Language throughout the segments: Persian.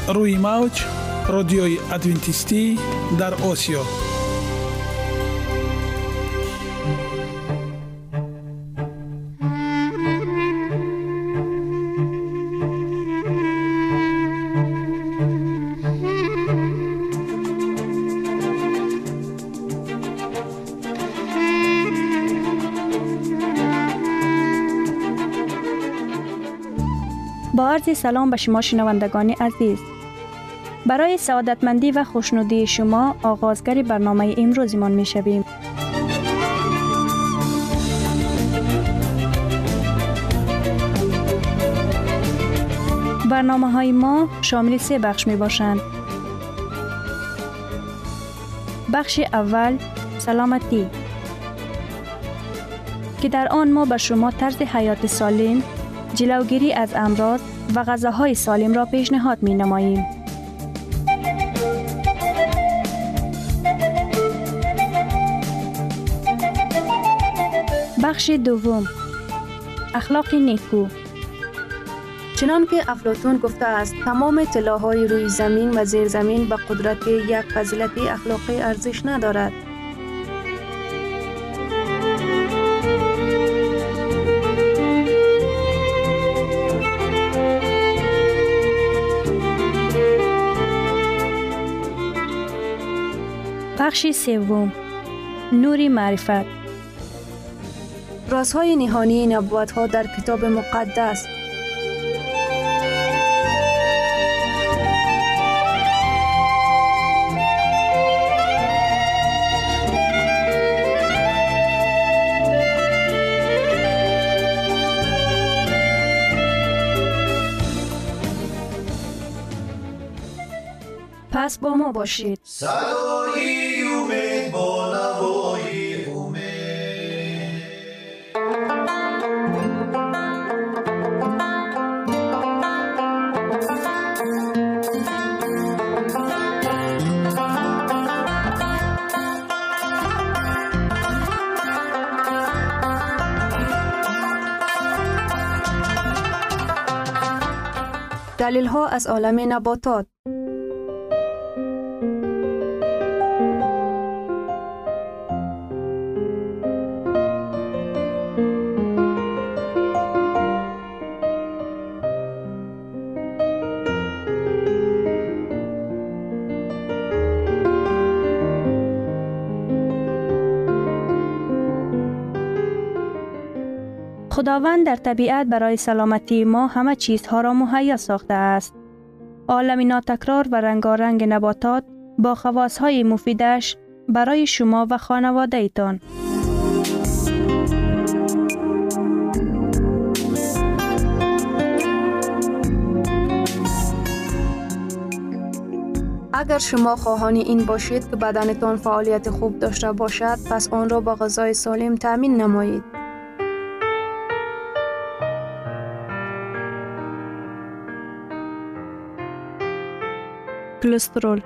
روی موج رادیوی ادوینتیستی در آسیا. با عرض سلام به شما شنوندگان عزیز. برای سعادتمندی و خوشنودی شما آغازگر برنامه امروزمان می شویم. برنامه های ما شامل 3 بخش می باشند. بخش اول سلامتی که در آن ما به شما طرز حیات سالم، جلوگیری از امراض و غذاهای سالم را پیشنهاد می نماییم. بخش دوم اخلاق نیکو. چنان که افلاطون گفته است تمام طلاهای روی زمین و زیر زمین به قدرت یک فضیلت اخلاقی ارزش ندارد. بخش سوم نور معرفت. رازهای نهانی نبوت‌ها در کتاب مقدس. پس با ما باشید. صدای امید با نوای امید. دلیل ها از عالم نباتات. خداوند در طبیعت برای سلامتی ما همه چیزها را مهیا ساخته است. عالم ناتکرار و رنگارنگ نباتات با خواصهای مفیدش برای شما و خانواده ایتان. اگر شما خواهان این باشید که بدنتان فعالیت خوب داشته باشد، پس آن را با غذای سالم تامین نمایید. کلسترول.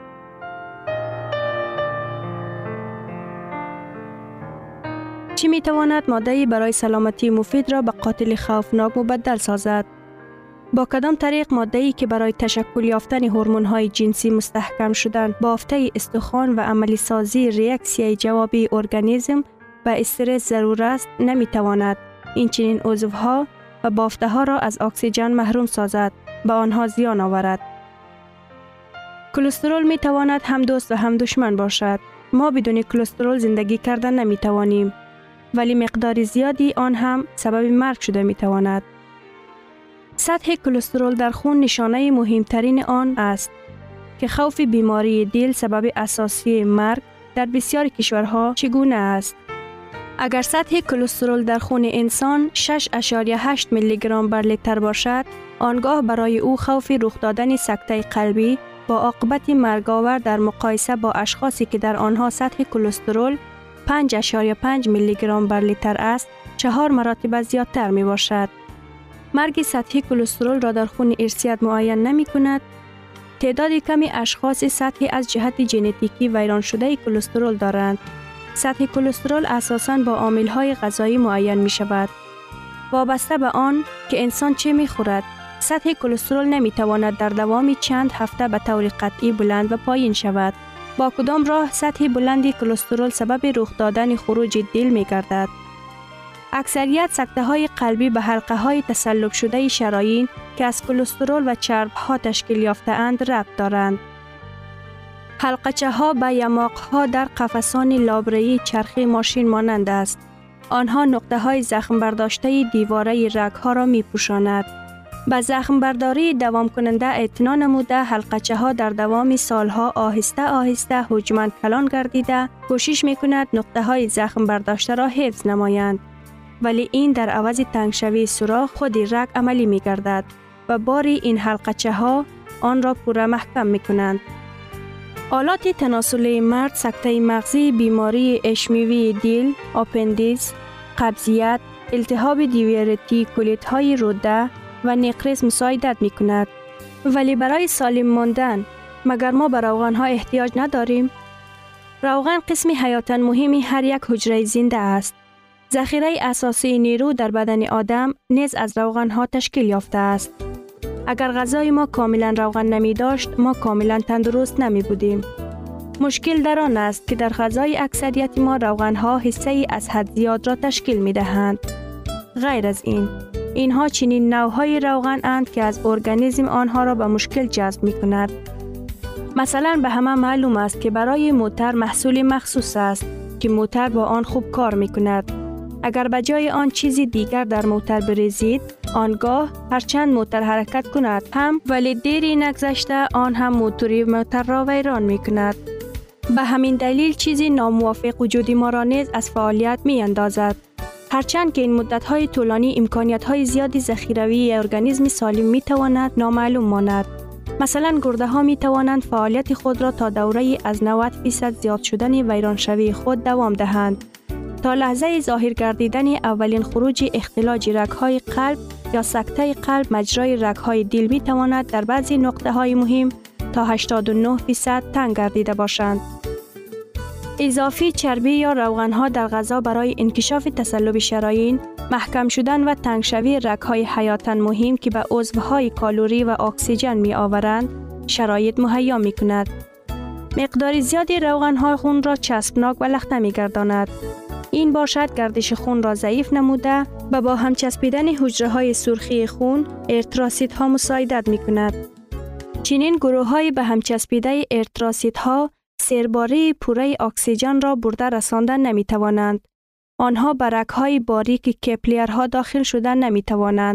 چی می تواند ماده‌ای برای سلامتی مفید را به قاتل خوفناک مبدل سازد؟ با کدام طریق ماده‌ای که برای تشکل یافتن هورمون‌های جنسی مستحکم شدن، بافته استخوان و عملی سازی ریاکسیای جوابی ارگانیسم و استرس ضرور است، نمی تواند این چنین عضوها و بافته ها را از اکسیژن محروم سازد، به آنها زیان آورد. کلسترول می تواند هم دوست و هم دشمن باشد. ما بدون کلسترول زندگی کردن نمی توانیم، ولی مقدار زیادی آن هم سبب مرگ شده می تواند. سطح کلسترول در خون نشانه مهمترین آن است که خوف بیماری دل سبب اساسی مرگ در بسیاری کشورها چگونه است. اگر سطح کلسترول در خون انسان 6.8 میلی گرم بر لیتر باشد، آنگاه برای او خوف رخ دادن سکته قلبی با عاقبت مرگاور در مقایسه با اشخاصی که در آنها سطح کلسترول 5.5 میلی گرم بر لیتر است، 4 مراتب زیادتر می باشد. مرگ سطحی کلسترول را در خون ارثیت معین نمی کند. تعداد کمی اشخاص سطحی از جهت ژنتیکی ویران شده کلسترول دارند. سطح کلسترول اساساً با عامل‌های غذایی معین می شود. وابسته به آن که انسان چه می خورد، سطح کلسترول نمی تواند در دوام چند هفته به طور قطعی بلند و پایین شود. با کدام راه سطح بلندی کلسترول سبب رخ دادن خروج دل می گردد؟ اکثریت سکته های قلبی به حلقه های تصلب شده شرايين که از کلسترول و چرب ها تشکیل یافته اند ربط دارند. حلقچه ها به یماق ها در قفسان لابره‌ای چرخی ماشین مانند است. آنها نقطه های زخم برداشته دیواره رگ ها را می پوشاند. به زخم برداری دوام کننده اعتنا نموده حلقچه ها در دوام سالها آهسته آهسته حجماً کلان گردیده کوشش می کند نقطه های زخم برداشته را حفظ نمایند. ولی این در عوض تنگشوی سوراخ خود رگ عملی می گردد و باری این حلقچه ها آن را پوره محکم می کنند. آلات تناسلی مرد سکته مغزی، بیماری اشمیوی دل، آپندیس، قبضیت، التهاب دیویرتی، کلیدهای روده و نقرس مساعدت می کند. ولی برای سالم ماندن مگر ما به روغن ها احتیاج نداریم؟ روغن قسمی حیاتاً مهمی هر یک حجره زنده است. ذخیره اساسی نیرو در بدن آدم نیز از روغن ها تشکیل یافته است. اگر غذای ما کاملا روغن نمی داشت ما کاملا تندرست نمی بودیم. مشکل در آن است که در غذای اکثریت ما روغن ها حصه ای از حد زیاد را تشکیل می دهند. غیر از این اینها چنین نوعهای روغن اند که از ارگانیسم آنها را به مشکل جذب می کند. مثلا به همه معلوم است که برای موتر محصول مخصوص است که موتر با آن خوب کار می کند. اگر به جای آن چیزی دیگر در موتر بریزید، آنگاه هرچند موتر حرکت کند هم ولی دیری نگذشته آن هم موتوری موتر را ویران می کند. به همین دلیل چیزی ناموافق وجود ما را نیز از فعالیت می اندازد. هرچند که این مدت‌های طولانی امکانیت‌های زیادی ذخیروی ارگانیسم سالم می تواند نامعلوم ماند. مثلا گرده ها می توانند فعالیت خود را تا دوره از 90% زیاد شدن ویرانشوی خود دوام دهند. تا لحظه ظاهر گردیدن اولین خروج اختلاج رگ‌های قلب یا سکته قلب مجرای رگ‌های دل می تواند در بعضی نقطه‌های مهم تا 89% تنگ گردیده باشند. اضافی چربی یا روغن‌ها در غذا برای انکشاف تصلب شرايين، محکم شدن و تنگشوی رگ‌های حیاتاً مهم که به عضوهای کالری و اکسیژن می آورند، شرایط مهیا می کند. مقدار زیادی روغن‌ها خون را چسبناک و لخته می گرداند. این باشد گردش خون را ضعیف نموده و با هم چسبیدن حجره‌های سرخی خون ارتراسیت‌ها مساعدت می کند. چنین گروه‌های به هم چسبیده ارتراسیت‌ها سیرباری پوره اکسیژن را برده رساندن نمی توانند. آنها به رگ‌های باریک کپلیرها داخل شدن نمی توانند.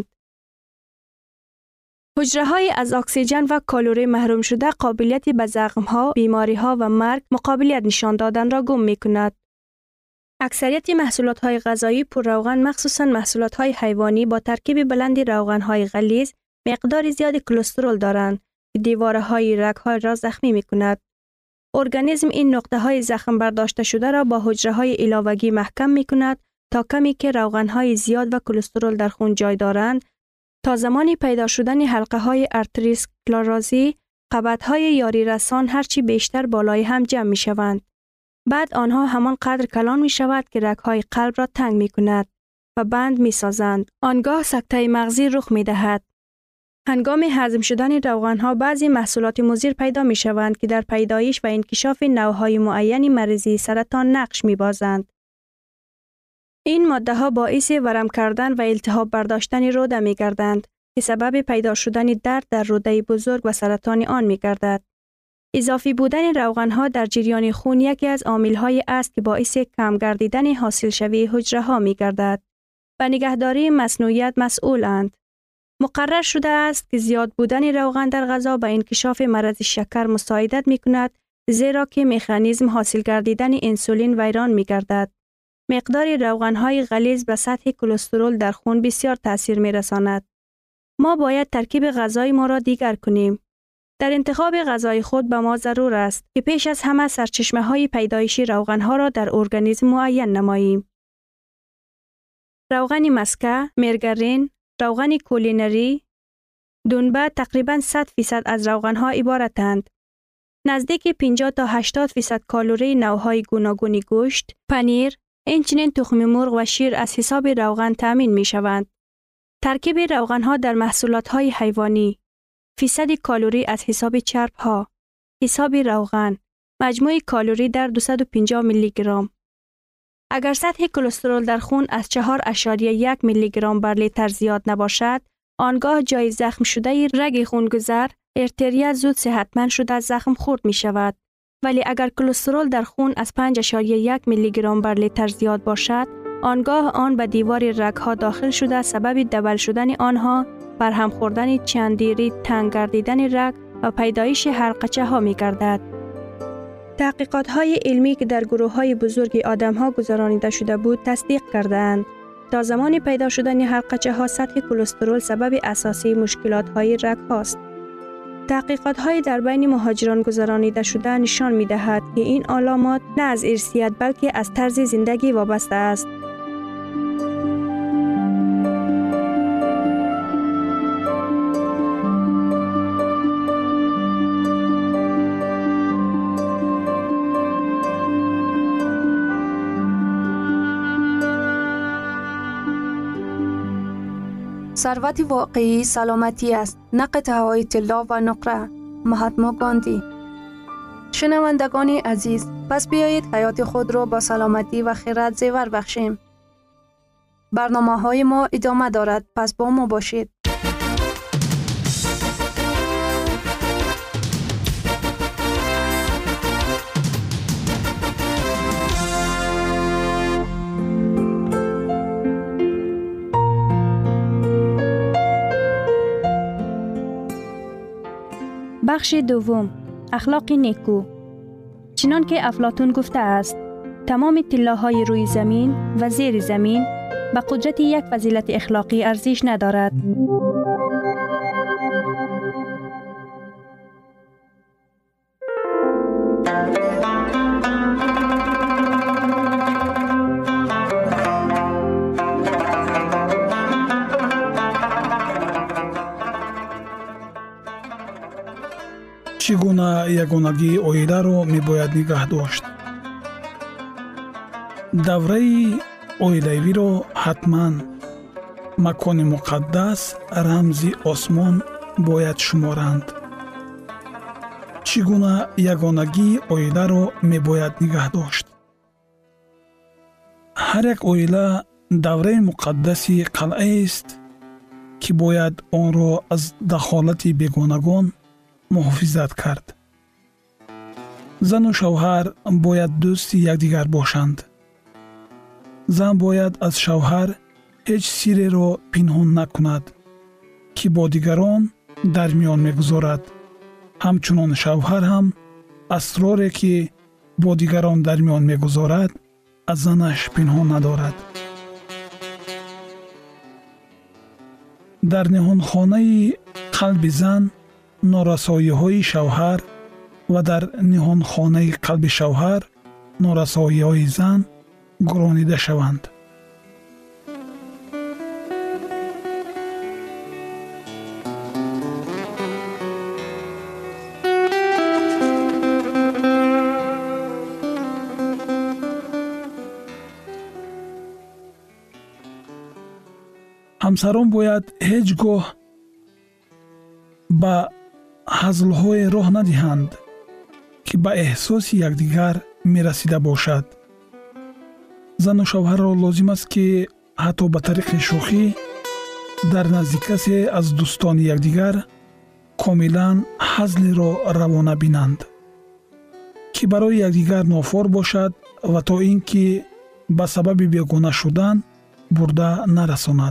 حجره‌های از اکسیژن و کالری محروم شده قابلیت به زخم‌ها، بیماری‌ها و مرگ مقابلیت نشان دادن را گم می کند. اکثریت محصولات‌های غذایی پر روغن مخصوصاً محصولات‌های حیوانی با ترکیب بلندی روغن‌های غلیظ مقدار زیاد کلسترول دارند که دیواره‌های رگ‌ها را زخمی می‌کند. ارگانیسم این نقطه‌های زخم برداشته شده را با حجره‌های علاوگی محکم می‌کند تا کمی که روغن‌های زیاد و کلسترول در خون جای دارند تا زمانی پیدا شدن حلقه‌های ارتریسکلروزی قبض‌های یاری رسان هرچی بیشتر بالای هم جمع می‌شوند. بعد آنها همان قدر کلان می شود که رگ‌های قلب را تنگ می کند و بند می سازند. آنگاه سکته مغزی رخ می دهد. هنگام هضم شدن روغن‌ها بعضی محصولات مضر پیدا می شوند که در پیدایش و انکشاف نوع‌های معین مریضی سرطان نقش می بازند. این ماده‌ها باعث ورم کردن و التهاب برداشتن روده می گردند که سبب پیدا شدن درد در روده بزرگ و سرطان آن می گردد. اضافی بودن روغن‌ها در جریان خون یکی از عامل‌های است که باعث کم گردیدن حاصل شوی حجره‌ها می‌گردد. به نگهداری مصنوعیت مسئولند. مقرر شده است که زیاد بودن روغن در غذا به انکشاف مرض شکر مساعدت می‌کند زیرا که مکانیزم حاصل گردیدن انسولین ویران می‌گردد. مقدار روغن‌های غلیظ به سطح کلسترول در خون بسیار تأثیر می‌رساند. ما باید ترکیب غذای ما را دیگر کنیم. در انتخاب غذای خود به ما ضرور است که پیش از همه سرچشمه‌های پیدایشی روغن‌ها را در ارگانیسم معین نماییم. روغن مسکه، مرگرین، روغن کولینری، دنبه تقریباً 100% از روغن‌ها عبارتند. نزدیک 50 تا 80% کالری نوع‌های گوناگون گوشت، پنیر، اینچنین تخم مرغ و شیر از حساب روغن تامین می‌شوند. ترکیب روغن‌ها در محصولات‌های حیوانی، فیصد کالری از حساب چرب‌ها، حساب روغن، مجموع کالری در 250 میلی گرم. اگر سطح کلسترول در خون از 4.1 میلی گرم بر لیتر زیاد نباشد، آنگاه جای زخم شده رگ خونگذر ارتریا زود صحتمند شده زخم خورد می شود. ولی اگر کلسترول در خون از 5.1 میلی گرم بر لیتر زیاد باشد، آنگاه آن به دیوار رگ‌ها داخل شده سبب دبل شدن آنها، برهم خوردن چندیری، تنگ گردیدن رگ و پیدایش حلقچه ها می گردد. تحقیقات های علمی که در گروه های بزرگی آدم ها گذرانیده شده بود تصدیق کردند. تا زمان پیدا شدن حلقچه ها سطح کلسترول سبب اساسی مشکلات های رگ هاست. تحقیقات های در بین مهاجران گذرانیده شده نشان می دهد که این علامات نه از ارثیت بلکه از طرز زندگی وابسته است. ثروت واقعی سلامتی است، نه قطعه‌های طلا و نقره. مهاتما گاندی. شنوندگان عزیز، پس بیایید حیات خود را با سلامتی و خیرات زیور بخشیم. برنامه‌های ما ادامه دارد، پس با ما باشید. بخش دوم، اخلاق نیکو. چنان که افلاطون گفته است، تمام طلاهای روی زمین و زیر زمین به قدرت یک فضیلت اخلاقی ارزش ندارد. чигуна ягонагии оиларо мебояд нигаҳ дошт. давраи оилавиро ҳатман макони муқаддас, рамзи осмон бояд шуморанд. чигуна ягонагии оиларо мебояд нигаҳ дошт. ҳар як оила давраи муқаддаси қалъаест, ки бояд онро аз дахолати бегонагон муҳофизат кард. зану шавҳар бояд дӯсти якдигар бошанд. зан бояд аз шавҳар ҳеҷ сирреро пинҳон накунад, ки бо дигарон дар миён мегузорад. ҳамчунон шавҳар ҳам асроре, ки бо дигарон дар миён мегузорад, аз занаш пинҳон надорад. дар ниҳонхонаи қалби зан норасоиҳои шавҳар ва дар ниҳонхонаи қалби шавҳар норасоиҳои зан гуронида шаванд. ҳамсарон бояд ҳеҷ гоҳ ба ҳазлҳое роҳ надиҳанд, ки ба эҳсоси якдигар мерасида бошад. зану шавҳарро лозим аст, ки ҳатто ба тариқи шӯхӣ дар назди касе аз дӯстони якдигар комилан ҳазлеро равона бинанд, ки барои якдигар нофор бошад ва то ин ки ба сабаби бегона шудан бурда нарасонад.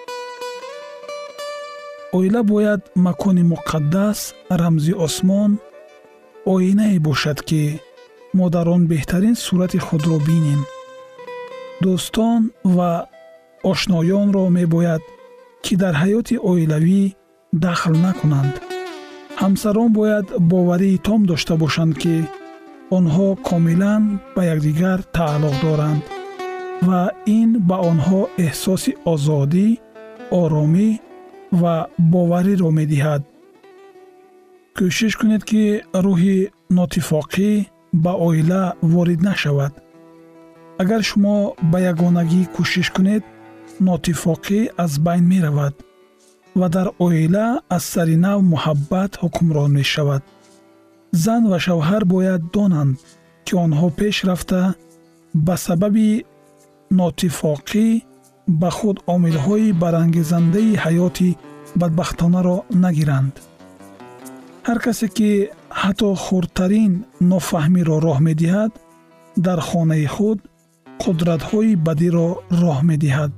оила бояд макони муқаддас, рамзи осмон, оинае бошад, ки мо дар он беҳтарин сурати худро бинем. дӯстон ва ошноёнро мебояд, ки дар ҳаёти оилавӣ дахл накунанд. ҳамсарон бояд боварии том дошта бошанд, ки онҳо комилан ба якдигар тааллуқ доранд ва ин ба онҳо эҳсоси озодӣ, оромӣ ва бовариро медиҳад. кӯшиш кунед, ки рӯҳи нотифоқӣ ба оила ворид нашавад. агар шумо ба ягонагӣ кӯшиш кунед, ناتفاقی از بین می رود و در اویله از سری نو محبت حکمران می شود. زن و شوهر باید دانند که آنها پیش رفته به سبب ناتفاقی به خود عامل‌های برانگیزنده حیاتی بدبختانه را نگیرند. هر کسی که حتی خردترین نافهمی را راه می دهد در خانه خود قدرت‌های بدی را راه می دهد.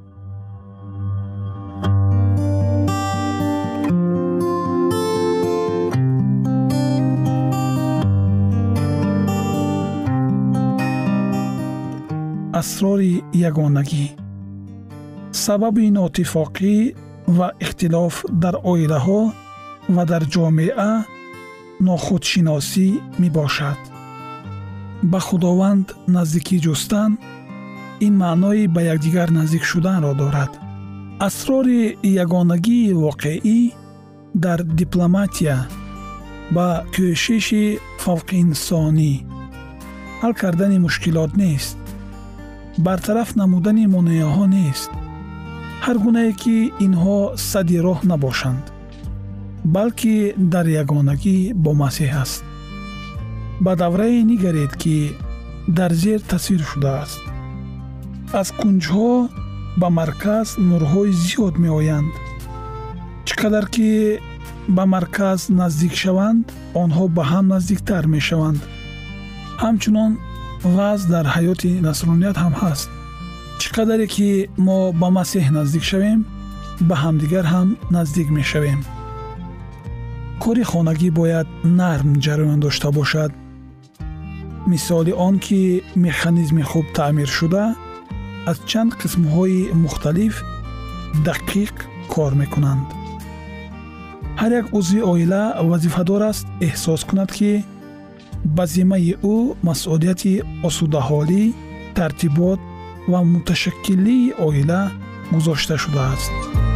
اسرار یگانگی. سبب ناتفاقی و اختلاف در عائله ها و در جامعه ناخودشناسی می باشد. به خداوند نزدیکی جستن این معنای به یکدیگر نزدیک شدن را دارد. اسرار یگانگی واقعی در دیپلماتیا با کوشش فوق انسانی حل کردن مشکلات نیست. برطرف نمودن مانعه ها نیست. هر گونه که اینها سد راه نباشند، بلکه در یگانگی با مسیح است. به دوره نگرید که در زیر تصویر شده است. از کنجها به مرکز نورهای زیاد می آیند. چقدر که به مرکز نزدیک شوند، آنها به هم نزدیکتر می شوند. همچنان وضع در حیات نصرانیت هم هست. چقدر که ما به مسیح نزدیک شویم، به همدیگر هم نزدیک می شویم. کاری خانگی باید نرم جریان داشته باشد. مثال آن که مکانیزم خوب تعمیر شده از چند قسم‌های مختلف دقیق کار می‌کنند. هر یک عضو عائله وظیفه‌دار است احساس کند که به ذمه او مسئولیت آسوده‌حالی، ترتیبات و متشکلی عائله گذاشته شده است.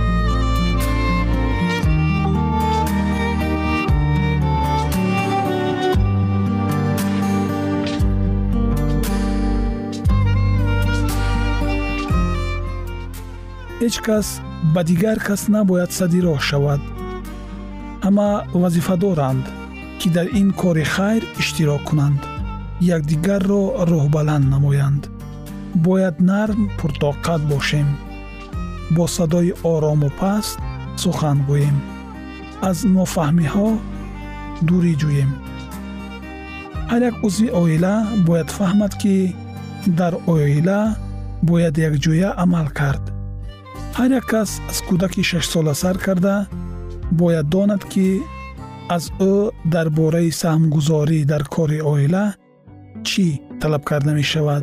هیچ کس به دیگر کس نباید سدی راه شود. همه وظیفه دارند که در این کار خیر اشتراک کنند، یکدیگر را راه بلند نمایند. باید نرم پرطاقت باشیم، با صدای آرام و پست سخن گوییم، از نافهمی ها دوری جوییم. هر یک عضو عائله باید فهمد که در عائله باید یک جویه عمل کرد. هر یک کس از کودک 6 ساله سر کرده باید داند که از او درباره سهمگذاری در کار عائله چی طلب کرده می شود.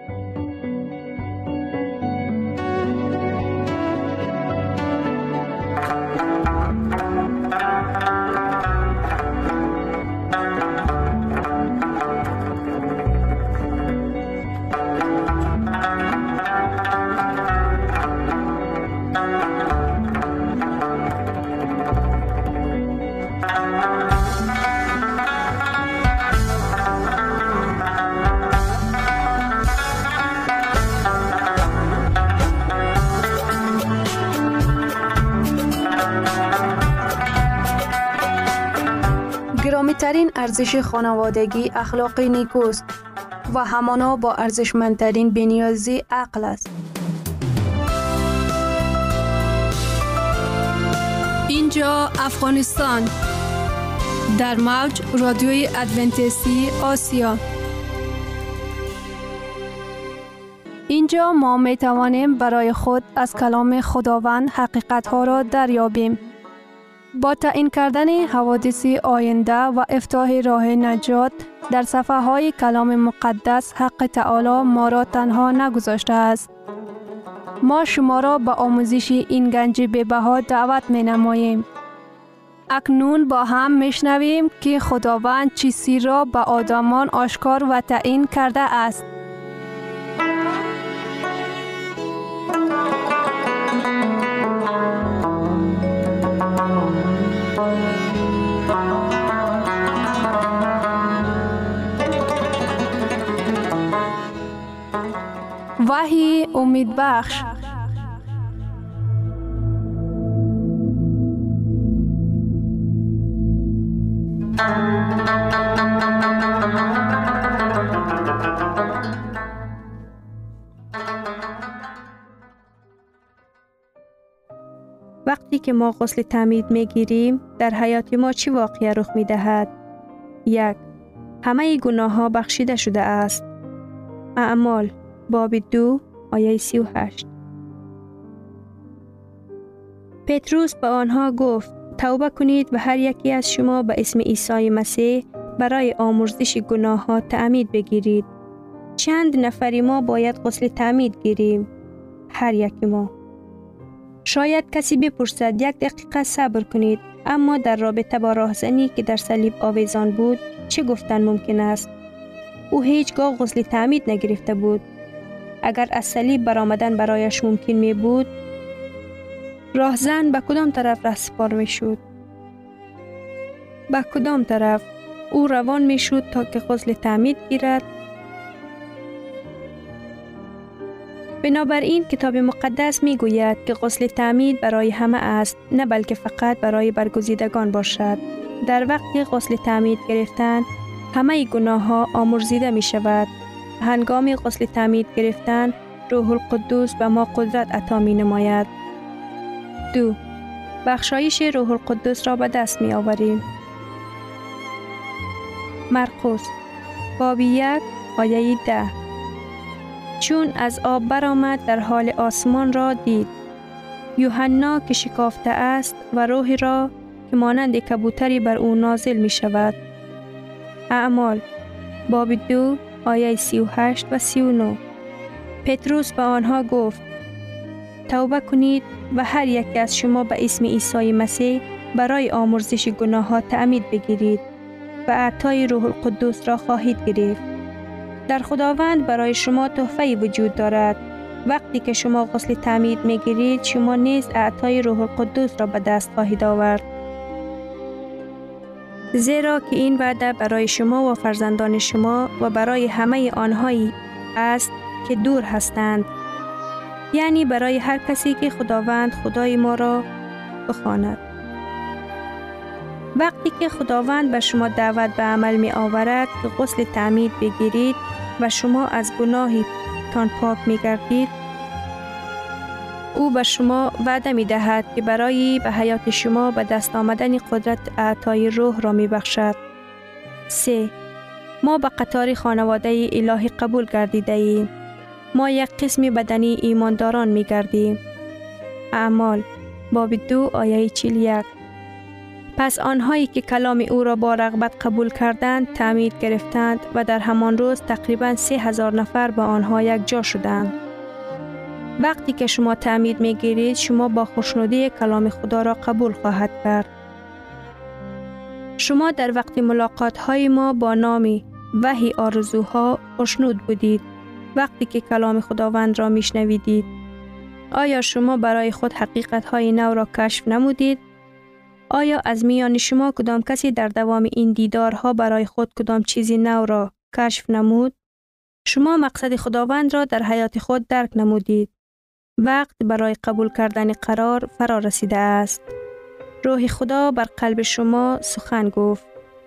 گرامی‌ترین ارزش خانوادگی اخلاق نیکوست و همانا با ارزشمندترین بی‌نیازی عقل است. اینجا افغانستان در موج رادیوی ادونتیستی آسیا. اینجا ما می توانیم برای خود از کلام خداوند حقیقت‌ها را دریابیم. با تعیین کردن حوادث آینده و افتتاح راه نجات در صفحه‌های کلام مقدس، حق تعالی ما را تنها نگذاشته است. ما شما را به آموزش این گنج بی‌بها دعوت می‌نماییم. اکنون با هم می‌شنویم که خداوند چیزی را به آدمان آشکار و تعیین کرده است. وحی امید بخش. وقتی که ما غسل تعمید می گیریم، در حیات ما چه واقعی رخ می دهد؟ 1. همه گناه ها بخشیده شده است. اعمال باب 2 آیه 38. پتروس به آنها گفت: توبه کنید و هر یکی از شما به اسم عیسی مسیح برای آمرزش گناه ها تعمید بگیرید. چند نفری ما باید غسل تعمید گیریم؟ هر یکی ما. شاید کسی بپرسد: 1 دقیقه صبر کنید، اما در رابطه با راهزنی که در صلیب آویزان بود چه گفتن ممکن است؟ او هیچگاه غسل تعمید نگرفته بود. اگر از صلیب برآمدن برایش ممکن می بود، راهزن به کدام طرف رهسپار می شد؟ به کدام طرف او روان می شد تا که غسل تعمید گیرد؟ بنابراین کتاب مقدس می گوید که غسل تعمید برای همه است، نه بلکه فقط برای برگزیدگان باشد. در وقت غسل تعمید گرفتن همه گناه ها آمرزیده می شود. هنگام غسل تعمید گرفتن روح القدس به ما قدرت عطا می نماید. 2. بخشایش روح القدس را به دست می آوریم. مرقس باب 1 آیه 10. چون از آب برآمد در حال آسمان را دید، یوحنا که شکافته است و روحی را که مانند کبوتری بر او نازل می شود. اعمال باب 2 آیه 38 و 39. پتروس به آنها گفت: توبه کنید و هر یک از شما به اسم عیسی مسیح برای آمرزش گناه ها تعمید بگیرید و عطای روح القدس را خواهید گرفت. در خداوند برای شما تحفه وجود دارد. وقتی که شما غسل تعمید می گیرید، شما نیز عطای روح القدس را به دست خواهید آورد. زیرا که این وعده برای شما و فرزندان شما و برای همه آنهایی است که دور هستند، یعنی برای هر کسی که خداوند خدای ما را بخواند. وقتی که خداوند به شما دعوت به عمل می آورد که غسل تعمید بگیرید و شما از گناهی تان پاک می گردید، او به شما وعده می دهد که برای به حیات شما به دست آمدن قدرت عطای روح را می بخشد. 3. ما به قطار خانواده الهی قبول گردیده ایم. ما یک قسم بدنی ایمانداران می گردیم. اعمال باب 2 آیه 41. پس آنهایی که کلام او را با رغبت قبول کردند تعمید گرفتند و در همان روز تقریباً 3000 نفر با آنها یک جا شدند. وقتی که شما تعمید می گیرید، شما با خوشنودی کلام خدا را قبول خواهد کرد. شما در وقت ملاقات های ما با نام وحی آرزوها خوشنود بودید. وقتی که کلام خداوند را می شنویدید، آیا شما برای خود حقیقت های نو را کشف نمودید؟ آیا از میان شما کدام کسی در دوام این دیدارها برای خود کدام چیزی نو را کشف نمود؟ شما مقصد خداوند را در حیات خود درک نمودید. وقت برای قبول کردن قرار فرا رسیده است. روح خدا بر قلب شما سخن گفت.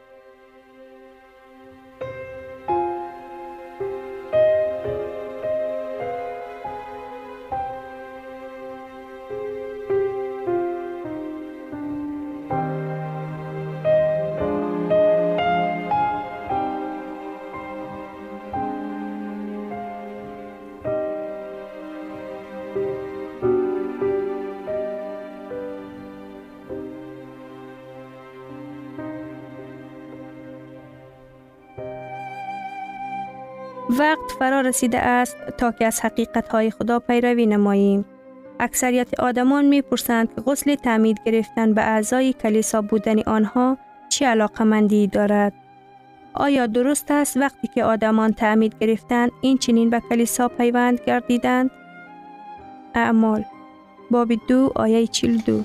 وقت فرا رسیده است تا که از حقیقت‌های خدا پیروی نماییم. اکثریت آدمان می‌پرسند که غسل تعمید گرفتن به اعضای کلیسا بودن آنها چه علاقمندی دارد؟ آیا درست است وقتی که آدمان تعمید گرفتند این چنین به کلیسا پیوند گردیدند؟ اعمال باب 2 آیه 42.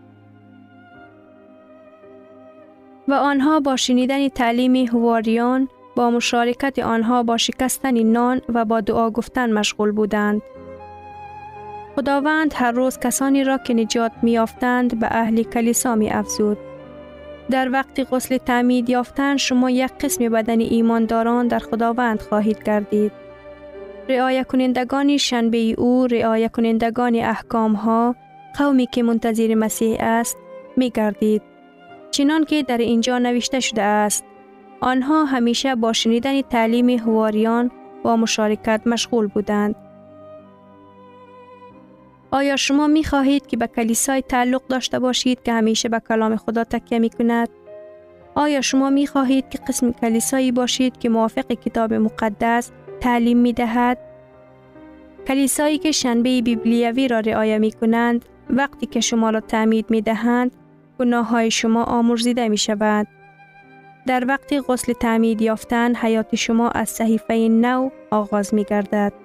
و آنها با شنیدن تعلیم حواریان با مشارکت آنها با شکستن نان و با دعا گفتن مشغول بودند. خداوند هر روز کسانی را که نجات می یافتند به اهل کلیسا می افزود. در وقت غسل تعمید یافتن شما یک قسم بدن ایمانداران در خداوند خواهید گردید. رعایت کنندگان شنبه او، رعایت کنندگان احکام ها، قومی که منتظر مسیح است می گردید. چنان که در اینجا نوشته شده است، آنها همیشه با شنیدن تعلیم حواریان و مشارکت مشغول بودند. آیا شما می خواهید که به کلیسای تعلق داشته باشید که همیشه به کلام خدا تکیه می کند؟ آیا شما می خواهید که قسم کلیسایی باشید که موافق کتاب مقدس تعلیم می دهد؟ کلیسایی که شنبه بیبلیوی را رعایت می کنند، وقتی که شما را تعمید می دهند، گناه های شما آمرزیده می شود. در وقت غسل تعمید یافتن، حیات شما از صحیفه نو آغاز می گردد.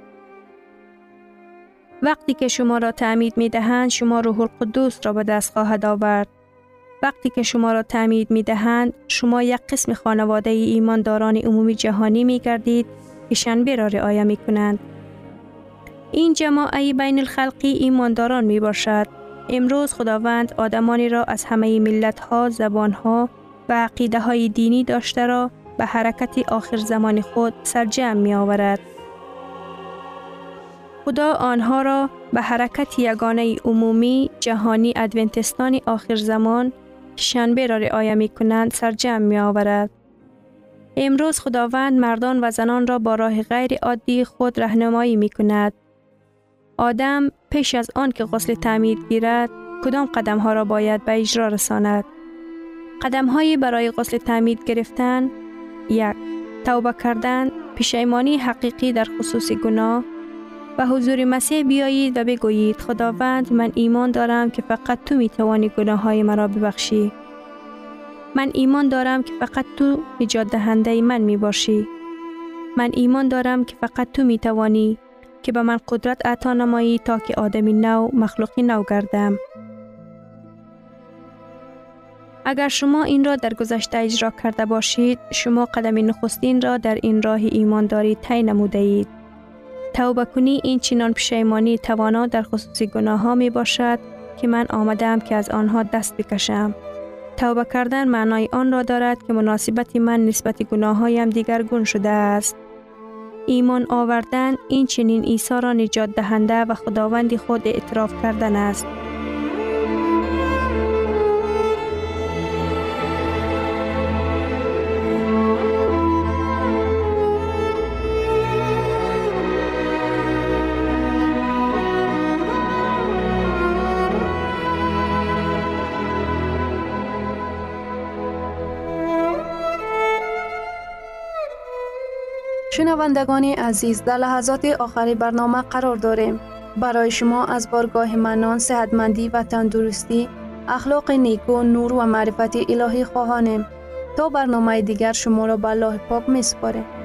وقتی که شما را تعمید می دهند، شما روح القدس را به دست خواهد آورد. وقتی که شما را تعمید می دهند، شما یک قسم خانواده ایمانداران عمومی جهانی می گردید که شنبه را رعایت می کنند. این جماعه بین الخلقی ایمانداران می باشد. امروز خداوند آدمانی را از همه ملت ها، زبان ها و عقیده های دینی داشته را به حرکت آخر زمان خود سرجم می آورد. خدا آنها را به حرکت یگانه عمومی جهانی ادونتستان آخر زمان که شنبه را رعایت می کنند سرجم می آورد. امروز خداوند مردان و زنان را با راه غیر عادی خود راهنمایی می کند. آدم پیش از آن که غسل تعمید گیرد، کدام قدم ها را باید به اجرا رساند؟ قدم هایی برای غسل تعمید گرفتن: 1. توبه کردن، پشیمانی حقیقی در خصوص گناه. به حضور مسیح بیایید و بگویید: خداوند، من ایمان دارم که فقط تو می توانی گناه های مرا ببخشی. من ایمان دارم که فقط تو نجات دهنده من می باشی. من ایمان دارم که فقط تو می توانی که به من قدرت عطا نمایی تا که آدمی نو، مخلوقی نو گردم. اگر شما این را در گذشته اجرا کرده باشید، شما قدم نخستین را در این راه ایمانداری طی نموده اید. توبه کنی این چنان پشیمانی توانا در خصوص گناه ها می باشد که من آمدم که از آنها دست بکشم. توبه کردن معنای آن را دارد که مناسبت من نسبت گناه هایم دیگرگون شده است. ایمان آوردن این چنین عیسی را نجات دهنده و خداوند خود اعتراف کردن است. شنوندگان عزیز، در لحظات آخری برنامه قرار داریم. برای شما از بارگاه منان، صحتمندی و تندرستی، اخلاق نیکو، نور و معرفت الهی خواهانیم. تا برنامه دیگر شما را به الله پاک می‌سپاریم.